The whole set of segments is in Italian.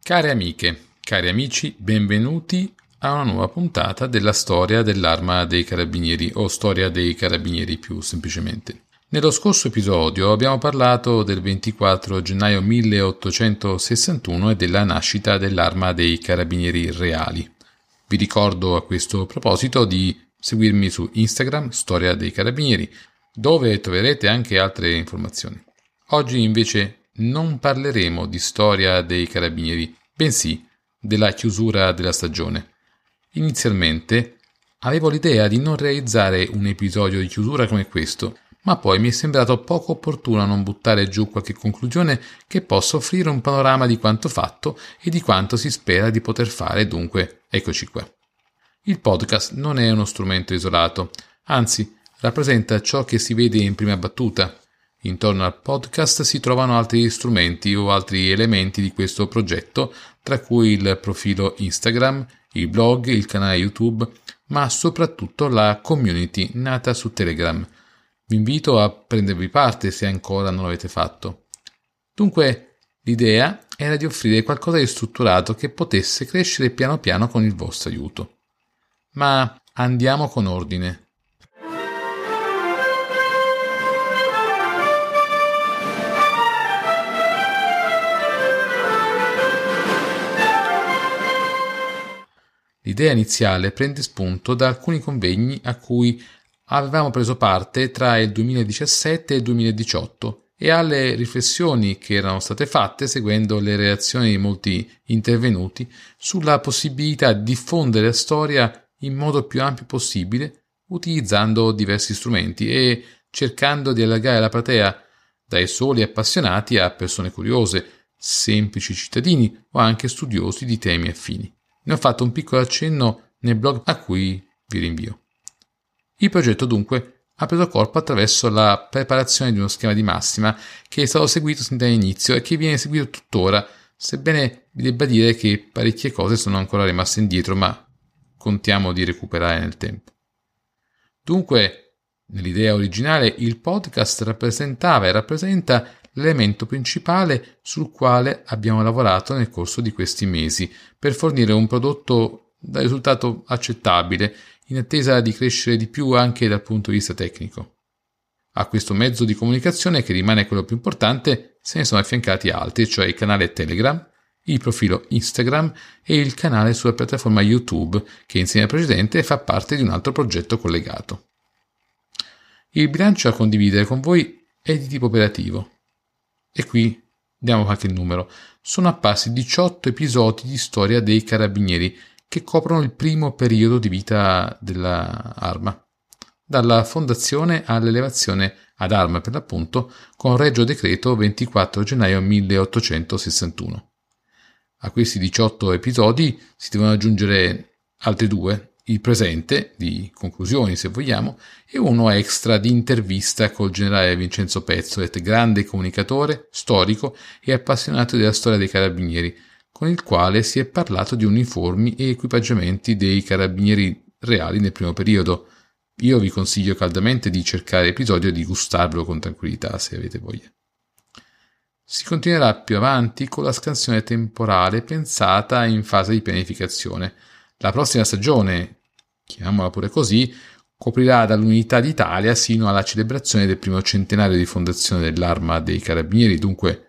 Care amiche, cari amici, benvenuti a una nuova puntata della storia dell'Arma dei Carabinieri o storia dei Carabinieri più semplicemente. Nello scorso episodio abbiamo parlato del 24 gennaio 1861 e della nascita dell'Arma dei Carabinieri Reali. Vi ricordo a questo proposito di seguirmi su Instagram, Storia dei Carabinieri, dove troverete anche altre informazioni. Oggi invece non parleremo di storia dei carabinieri, bensì della chiusura della stagione. Inizialmente avevo l'idea di non realizzare un episodio di chiusura come questo, ma poi mi è sembrato poco opportuno non buttare giù qualche conclusione che possa offrire un panorama di quanto fatto e di quanto si spera di poter fare, dunque eccoci qua. Il podcast non è uno strumento isolato, anzi rappresenta ciò che si vede in prima battuta. Intorno al podcast si trovano altri strumenti o altri elementi di questo progetto, tra cui il profilo Instagram, il blog, il canale YouTube, ma soprattutto la community nata su Telegram. Vi invito a prendervi parte se ancora non l'avete fatto. Dunque, l'idea era di offrire qualcosa di strutturato che potesse crescere piano piano con il vostro aiuto. Ma andiamo con ordine. L'idea iniziale prende spunto da alcuni convegni a cui avevamo preso parte tra il 2017 e il 2018 e alle riflessioni che erano state fatte seguendo le reazioni di molti intervenuti sulla possibilità di diffondere la storia in modo più ampio possibile utilizzando diversi strumenti e cercando di allargare la platea dai soli appassionati a persone curiose, semplici cittadini o anche studiosi di temi affini. Ne ho fatto un piccolo accenno nel blog a cui vi rinvio. Il progetto dunque ha preso corpo attraverso la preparazione di uno schema di massima che è stato seguito sin dall'inizio e che viene seguito tuttora, sebbene vi debba dire che parecchie cose sono ancora rimaste indietro, ma contiamo di recuperare nel tempo. Dunque, nell'idea originale, il podcast rappresentava e rappresenta l'elemento principale sul quale abbiamo lavorato nel corso di questi mesi per fornire un prodotto da risultato accettabile in attesa di crescere di più anche dal punto di vista tecnico. A questo mezzo di comunicazione, che rimane quello più importante, se ne sono affiancati altri, cioè il canale Telegram, il profilo Instagram e il canale sulla piattaforma YouTube, che insieme al precedente fa parte di un altro progetto collegato. Il bilancio da condividere con voi è di tipo operativo. E qui diamo qualche numero. Sono apparsi 18 episodi di storia dei carabinieri che coprono il primo periodo di vita dell'Arma, dalla fondazione all'elevazione ad Arma per l'appunto, con Regio Decreto 24 gennaio 1861. A questi 18 episodi si devono aggiungere altri due, il presente, di conclusioni se vogliamo, e uno extra di intervista col generale Vincenzo Pezzolet, grande comunicatore, storico e appassionato della storia dei carabinieri, con il quale si è parlato di uniformi e equipaggiamenti dei carabinieri reali nel primo periodo. Io vi consiglio caldamente di cercare l'episodio e di gustarvelo con tranquillità se avete voglia. Si continuerà più avanti con la scansione temporale pensata in fase di pianificazione. La prossima stagione, chiamiamola pure così, coprirà dall'Unità d'Italia sino alla celebrazione del primo centenario di fondazione dell'Arma dei Carabinieri, dunque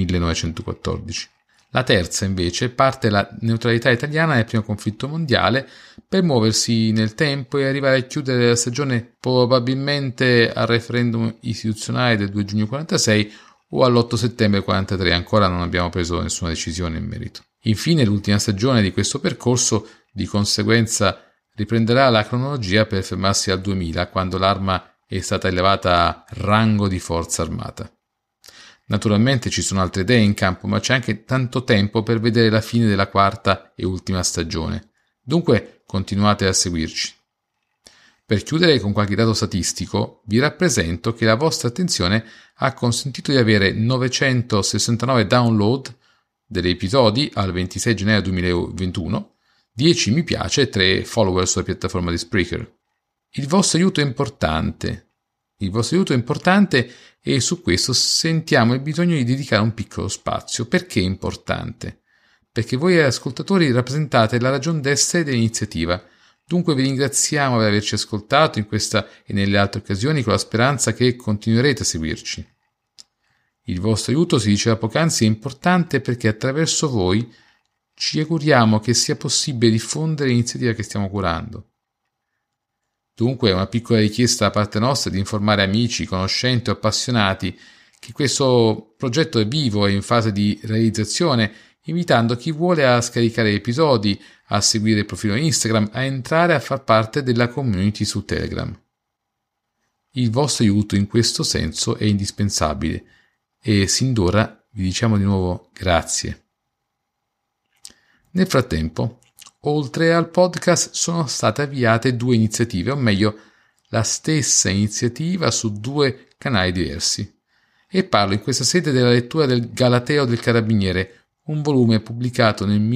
1914. La terza, invece, parte dalla neutralità italiana nel primo conflitto mondiale per muoversi nel tempo e arrivare a chiudere la stagione probabilmente al referendum istituzionale del 2 giugno 46 o all'8 settembre 43, ancora non abbiamo preso nessuna decisione in merito. Infine, l'ultima stagione di questo percorso di conseguenza riprenderà la cronologia per fermarsi al 2000, quando l'Arma è stata elevata a rango di forza armata. Naturalmente ci sono altre idee in campo, ma c'è anche tanto tempo per vedere la fine della quarta e ultima stagione. Dunque continuate a seguirci. Per chiudere con qualche dato statistico, vi rappresento che la vostra attenzione ha consentito di avere 969 download degli episodi al 26 gennaio 2021, 10 mi piace e 3 follower sulla piattaforma di Spreaker. Il vostro aiuto è importante. E su questo sentiamo il bisogno di dedicare un piccolo spazio. Perché è importante? perché voi ascoltatori rappresentate la ragion d'essere dell'iniziativa. Dunque vi ringraziamo per averci ascoltato in questa e nelle altre occasioni, con la speranza che continuerete a seguirci. Il vostro aiuto, si diceva poc'anzi, è importante perché attraverso voi ci auguriamo che sia possibile diffondere l'iniziativa che stiamo curando. Dunque una piccola richiesta da parte nostra di informare amici, conoscenti o appassionati che questo progetto è vivo e in fase di realizzazione, invitando chi vuole a scaricare episodi, a seguire il profilo Instagram, a entrare a far parte della community su Telegram. Il vostro aiuto in questo senso è indispensabile e sin d'ora vi diciamo di nuovo grazie. Nel frattempo, oltre al podcast, sono state avviate 2 iniziative, o meglio, la stessa iniziativa su 2 canali diversi. E parlo in questa sede della lettura del Galateo del Carabiniere, un volume pubblicato nel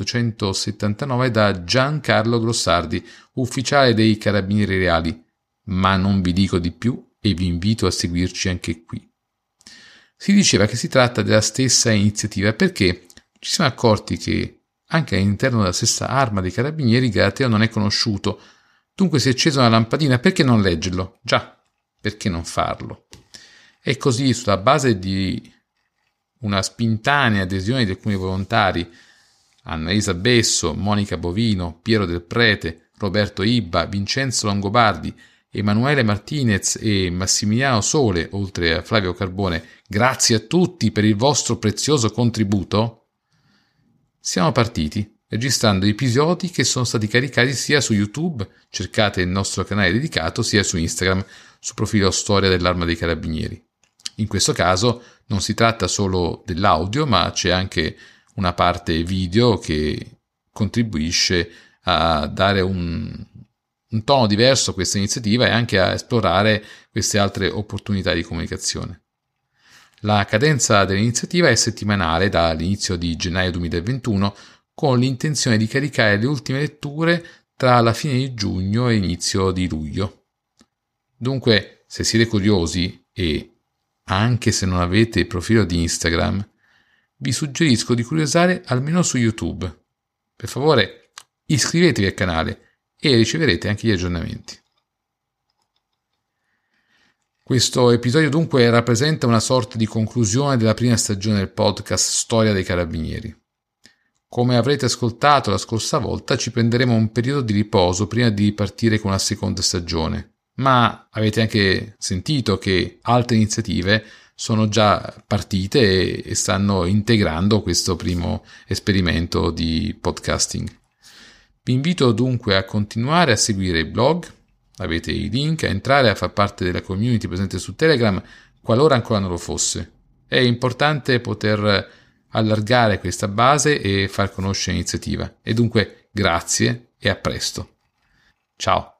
1879 da Giancarlo Grossardi, ufficiale dei Carabinieri Reali, ma non vi dico di più e vi invito a seguirci anche qui. Si diceva che si tratta della stessa iniziativa perché ci siamo accorti che anche all'interno della stessa arma dei Carabinieri il Galateo non è conosciuto, dunque si è accesa una lampadina: perché non leggerlo? Già, perché non farlo? E così, sulla base di una spintanea adesione di alcuni volontari, Annalisa Besso, Monica Bovino, Piero Del Prete, Roberto Ibba, Vincenzo Longobardi, Emanuele Martinez e Massimiliano Sole, oltre a Flavio Carbone, grazie a tutti per il vostro prezioso contributo, siamo partiti registrando episodi che sono stati caricati sia su YouTube, cercate il nostro canale dedicato, sia su Instagram, su profilo Storia dell'Arma dei Carabinieri. In questo caso non si tratta solo dell'audio, ma c'è anche una parte video che contribuisce a dare un tono diverso a questa iniziativa e anche a esplorare queste altre opportunità di comunicazione. La cadenza dell'iniziativa è settimanale dall'inizio di gennaio 2021, con l'intenzione di caricare le ultime letture tra la fine di giugno e l'inizio di luglio. Dunque, se siete curiosi e anche se non avete il profilo di Instagram, vi suggerisco di curiosare almeno su YouTube. Per favore, iscrivetevi al canale e riceverete anche gli aggiornamenti. Questo episodio dunque rappresenta una sorta di conclusione della prima stagione del podcast Storia dei Carabinieri. Come avrete ascoltato la scorsa volta, ci prenderemo un periodo di riposo prima di partire con la seconda stagione. Ma avete anche sentito che altre iniziative sono già partite e stanno integrando questo primo esperimento di podcasting. Vi invito dunque a continuare a seguire il blog, avete i link, a entrare a far parte della community presente su Telegram qualora ancora non lo fosse. È importante poter allargare questa base e far conoscere l'iniziativa. E dunque grazie e a presto. Ciao.